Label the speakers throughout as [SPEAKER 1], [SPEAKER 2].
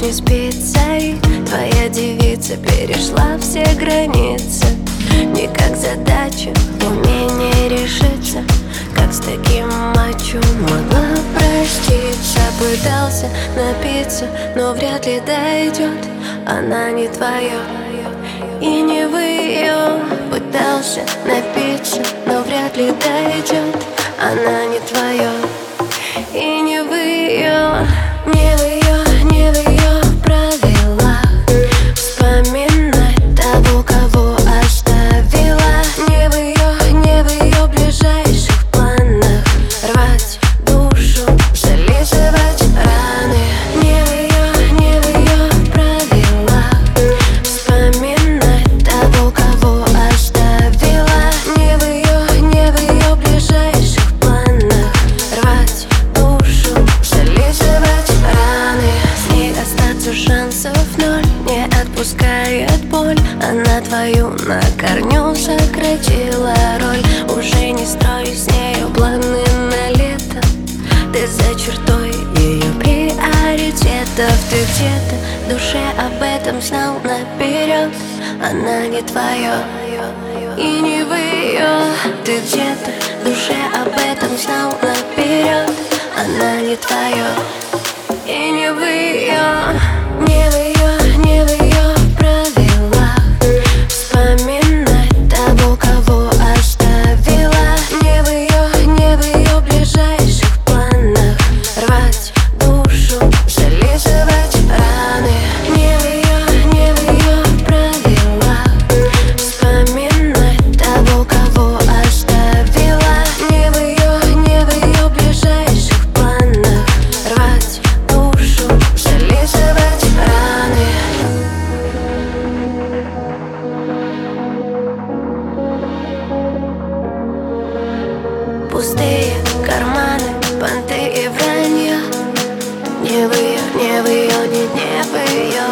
[SPEAKER 1] не спится, и твоя девица перешла все границы. Не как задача, умение решиться, как с таким мачо могла проститься. Пытался напиться, но вряд ли дойдет. Она не твоя, и не в ее. Пытался напиться, но вряд ли дойдет. Она не твоя, и не в ее. Не в ее, не в ее правилах вспоминать того, кого оставила. Не в ее, не в ее ближайших планах рвать душу, зализывать раны. Не в ее, не в ее правилах вспоминать того, кого оставила. Не в ее, не в ее ближайших планах рвать душу, зализывать раны. С ней остаться шансов ноль, не отпускает боль. Она твою на корню сократила роль. Уже не строй с нею планы на лето. Ты за чертой ее приоритетов. Ты где-то в душе об этом знал наперед. Она не твоя, и не в ее. Ты где-то в душе об этом знал наперед. Она не твоя, и не в ее. Не в ее, не в ее правилах вспоминать того, кого оставила. Не в ее, не в ее ближайших планах рвать душу, зализывать раны. Не в ее, не в ее правилах вспоминать того, кого оставила. Не в ее, не в ее ближайших планах рвать душу, зализывать раны. Пустые карманы, понты и вранье. Не в ее, не в ее, не в ее.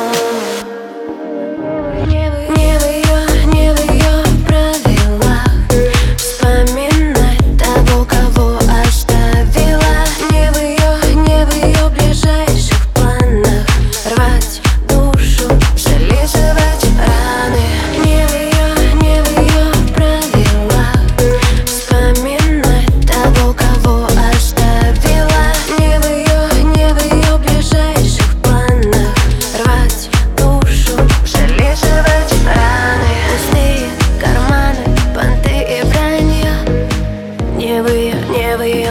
[SPEAKER 1] Не в ее, не в ее правилах вспоминать того, кого оставила. Не в ее, не в ее ближайших планах рвать душу, зализывать раны. Не в ее, не в ее правилах вспоминать того, кого оставила. Не в ее, не в ее ближайших планах рвать душу, зализывать раны. Пустые карманы, понты и вранье. Не в ее, не в ее.